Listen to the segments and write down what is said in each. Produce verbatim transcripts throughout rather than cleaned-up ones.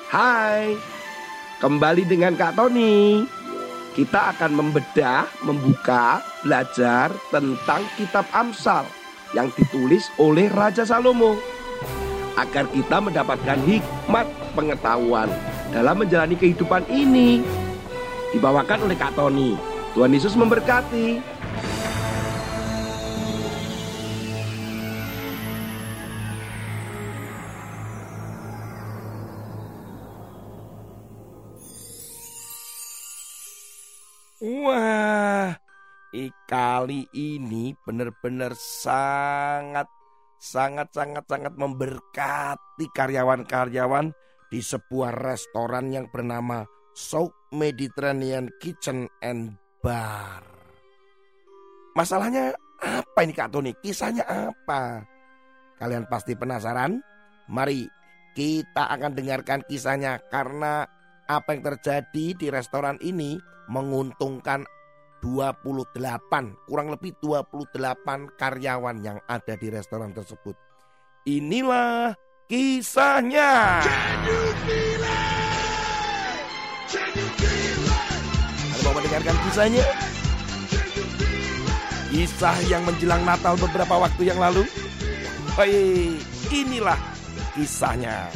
Hai, kembali dengan Kak Tony. Kita akan membedah, membuka, belajar tentang kitab Amsal yang ditulis oleh Raja Salomo, agar kita mendapatkan hikmat pengetahuan dalam menjalani kehidupan ini. Dibawakan oleh Kak Tony. Tuhan Yesus memberkati. Wah, kali ini benar-benar sangat, sangat, sangat, sangat memberkati karyawan-karyawan di sebuah restoran yang bernama South Mediterranean Kitchen and Bar. Masalahnya apa ini Kak Tony? Kisahnya apa? Kalian pasti penasaran? Mari kita akan dengarkan kisahnya, karena apa yang terjadi di restoran ini menguntungkan dua puluh delapan, kurang lebih dua puluh delapan karyawan yang ada di restoran tersebut. Inilah kisahnya. Anda mau mendengarkan kisahnya? Kisah yang menjelang Natal beberapa waktu yang lalu. Hei, inilah kisahnya.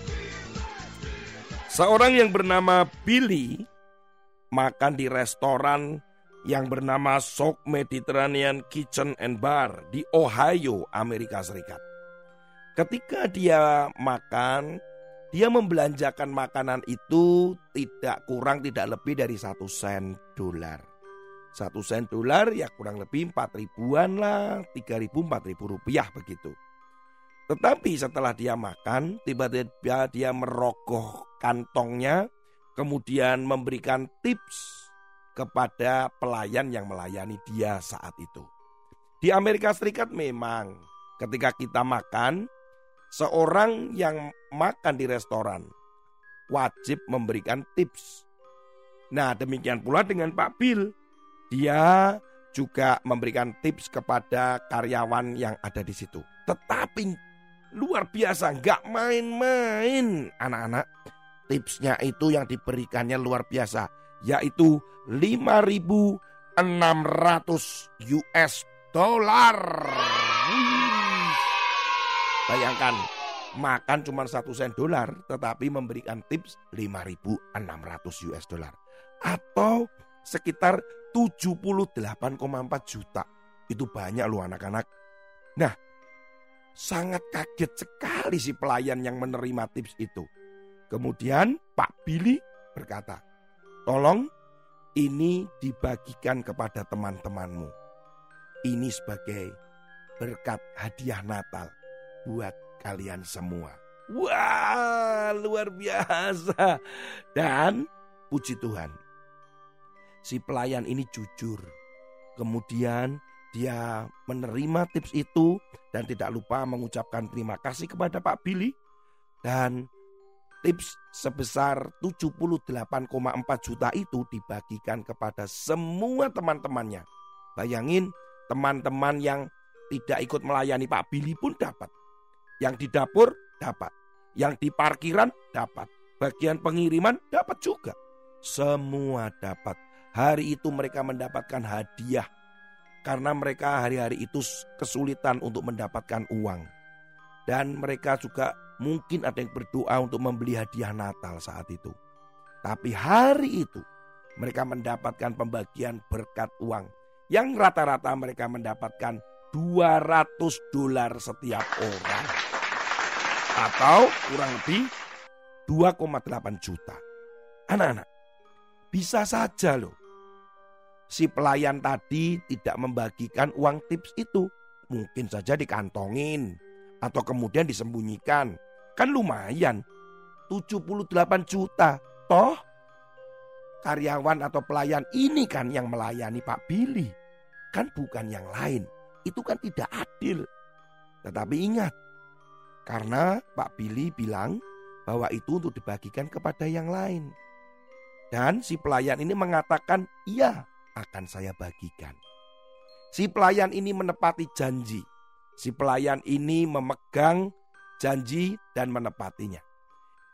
Seorang yang bernama Billy makan di restoran yang bernama South Mediterranean Kitchen and Bar di Ohio, Amerika Serikat. Ketika dia makan, dia membelanjakan makanan itu tidak kurang tidak lebih dari satu sen dolar. Satu sen dolar ya kurang lebih empat ribuan lah, tiga ribu, empat ribu rupiah begitu. Tetapi setelah dia makan, tiba-tiba dia merogoh kantongnya, kemudian memberikan tips kepada pelayan yang melayani dia saat itu. Di Amerika Serikat memang ketika kita makan, seorang yang makan di restoran wajib memberikan tips. Nah, demikian pula dengan Pak Bill. Dia juga memberikan tips kepada karyawan yang ada di situ. Tetapi luar biasa, nggak main-main anak-anak. Tipsnya itu yang diberikannya luar biasa, yaitu lima ribu enam ratus U S dollar. Bayangkan, makan cuma satu sen dolar, tetapi memberikan tips lima ribu enam ratus U S dollar. Atau sekitar tujuh puluh delapan koma empat juta. Itu banyak loh anak-anak. Nah, sangat kaget sekali si pelayan yang menerima tips itu. Kemudian Pak Billy berkata, tolong ini dibagikan kepada teman-temanmu. Ini sebagai berkat hadiah Natal buat kalian semua. Wah, luar biasa. Dan puji Tuhan, si pelayan ini jujur. Kemudian dia menerima tips itu dan tidak lupa mengucapkan terima kasih kepada Pak Billy. Dan tips sebesar tujuh puluh delapan koma empat juta itu dibagikan kepada semua teman-temannya. Bayangin, teman-teman yang tidak ikut melayani Pak Billy pun dapat. Yang di dapur dapat. Yang di parkiran dapat. Bagian pengiriman dapat juga. Semua dapat. Hari itu mereka mendapatkan hadiah. Karena mereka hari-hari itu kesulitan untuk mendapatkan uang. Dan mereka juga mungkin ada yang berdoa untuk membeli hadiah Natal saat itu. Tapi hari itu mereka mendapatkan pembagian berkat uang yang rata-rata mereka mendapatkan dua ratus dolar setiap orang. Atau kurang lebih dua koma delapan juta. Anak-anak, bisa saja loh si pelayan tadi tidak membagikan uang tips itu. Mungkin saja dikantongin atau kemudian disembunyikan. Kan lumayan, tujuh puluh delapan juta. Toh karyawan atau pelayan ini kan yang melayani Pak Billy. Kan bukan yang lain. Itu kan tidak adil. Tetapi ingat, karena Pak Billy bilang bahwa itu untuk dibagikan kepada yang lain. Dan si pelayan ini mengatakan, iya akan saya bagikan. Si pelayan ini menepati janji. Si pelayan ini memegang janji dan menepatinya.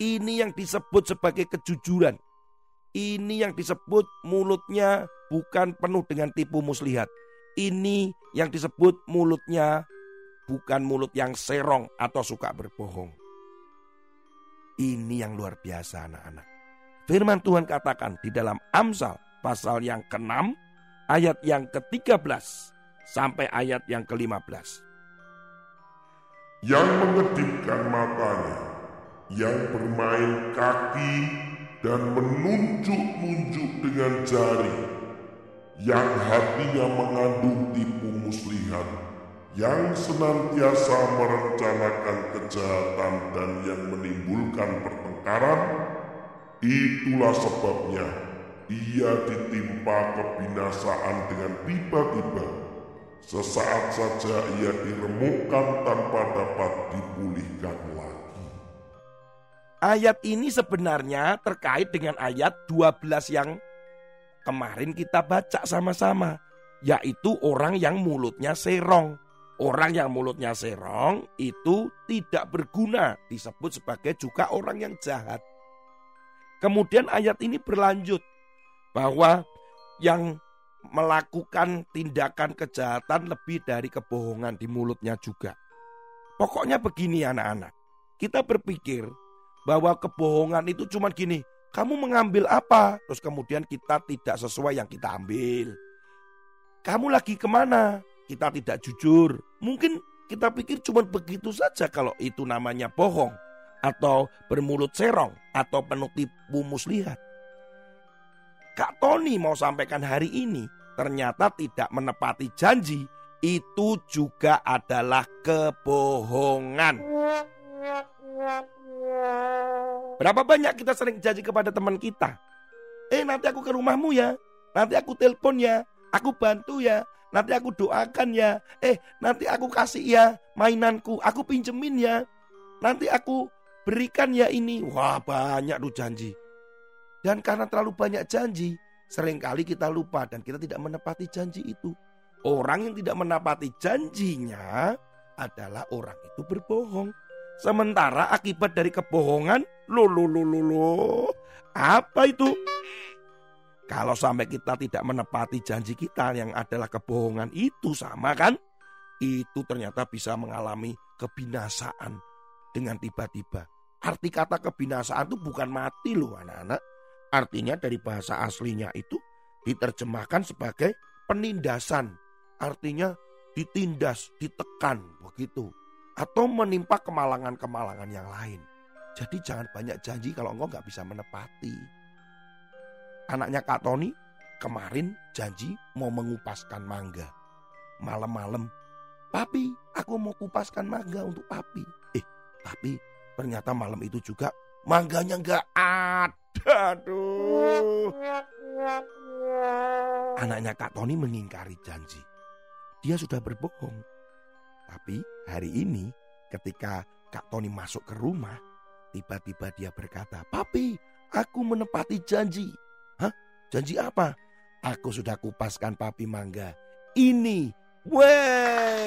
Ini yang disebut sebagai kejujuran. Ini yang disebut mulutnya bukan penuh dengan tipu muslihat. Ini yang disebut mulutnya bukan mulut yang serong atau suka berbohong. Ini yang luar biasa anak-anak. Firman Tuhan katakan di dalam Amsal pasal yang keenam ayat yang ketiga belas sampai ayat yang kelima belas. Yang mengedipkan matanya, yang bermain kaki dan menunjuk-nunjuk dengan jari, yang hatinya mengandung tipu muslihat, yang senantiasa merencanakan kejahatan dan yang menimbulkan pertengkaran, itulah sebabnya ia ditimpa kebinasaan dengan tiba-tiba. Sesaat saja ia diremukkan tanpa dapat dipulihkan lagi. Ayat ini sebenarnya terkait dengan ayat dua belas yang kemarin kita baca sama-sama, yaitu orang yang mulutnya serong. Orang yang mulutnya serong itu tidak berguna, disebut sebagai juga orang yang jahat. Kemudian ayat ini berlanjut bahwa yang melakukan tindakan kejahatan lebih dari kebohongan di mulutnya juga. Pokoknya begini anak-anak, kita berpikir bahwa kebohongan itu cuma gini, kamu mengambil apa? Terus kemudian kita tidak sesuai yang kita ambil. Kamu lagi kemana? Kita tidak jujur. Mungkin kita pikir cuma begitu saja kalau itu namanya bohong atau bermulut serong atau penuh tipu muslihat. Kak Tony mau sampaikan hari ini ternyata tidak menepati janji itu juga adalah kebohongan. Berapa banyak kita sering janji kepada teman kita? Eh nanti aku ke rumahmu ya, nanti aku telepon ya, aku bantu ya, nanti aku doakan ya, eh nanti aku kasih ya mainanku, aku pinjemin ya, nanti aku berikan ya ini. Wah banyak tuh janji. Dan karena terlalu banyak janji, seringkali kita lupa dan kita tidak menepati janji itu. Orang yang tidak menepati janjinya adalah orang itu berbohong. Sementara akibat dari kebohongan, lo lo lo lo lo, apa itu? Kalau sampai kita tidak menepati janji kita yang adalah kebohongan itu sama kan? Itu ternyata bisa mengalami kebinasaan dengan tiba-tiba. Arti kata kebinasaan itu bukan mati loh anak-anak. Artinya dari bahasa aslinya itu diterjemahkan sebagai penindasan. Artinya ditindas, ditekan begitu. Atau menimpa kemalangan-kemalangan yang lain. Jadi jangan banyak janji kalau engkau gak bisa menepati. Anaknya Kak Tony kemarin janji mau mengupaskan mangga. Malam-malam, papi aku mau kupaskan mangga untuk papi. Eh tapi ternyata malam itu juga mangganya gak ada. Aduh. Anaknya Kak Tony mengingkari janji. Dia sudah berbohong. Tapi hari ini ketika Kak Tony masuk ke rumah, tiba-tiba dia berkata, "Papi, aku menepati janji." Hah? Janji apa? Aku sudah kupaskan papi mangga. Ini, weh.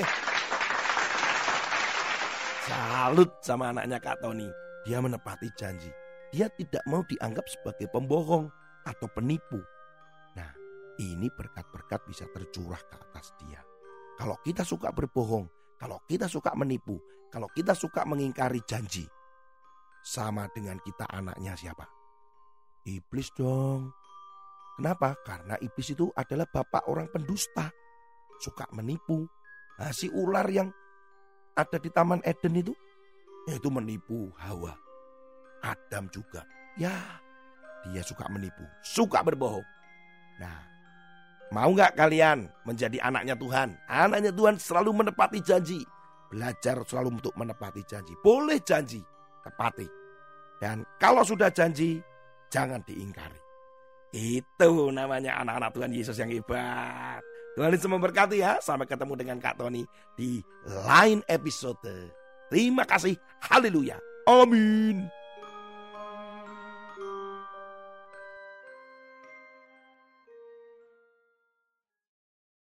Salut sama anaknya Kak Tony. Dia menepati janji. Dia tidak mau dianggap sebagai pembohong atau penipu. Nah, ini berkat-berkat bisa tercurah ke atas dia. Kalau kita suka berbohong, kalau kita suka menipu, kalau kita suka mengingkari janji, sama dengan kita anaknya siapa? Iblis dong. Kenapa? Karena iblis itu adalah bapak orang pendusta. Suka menipu. Nah, si ular yang ada di Taman Eden itu, yaitu menipu Hawa. Adam juga. Ya, dia suka menipu, suka berbohong. Nah, mau gak kalian menjadi anaknya Tuhan? Anaknya Tuhan selalu menepati janji. Belajar selalu untuk menepati janji. Boleh janji, tepati. Dan kalau sudah janji, jangan diingkari. Itu namanya anak-anak Tuhan Yesus yang hebat. Tuhan Yesus memberkati ya. Sampai ketemu dengan Kak Tony di lain episode. Terima kasih. Haleluya. Amin.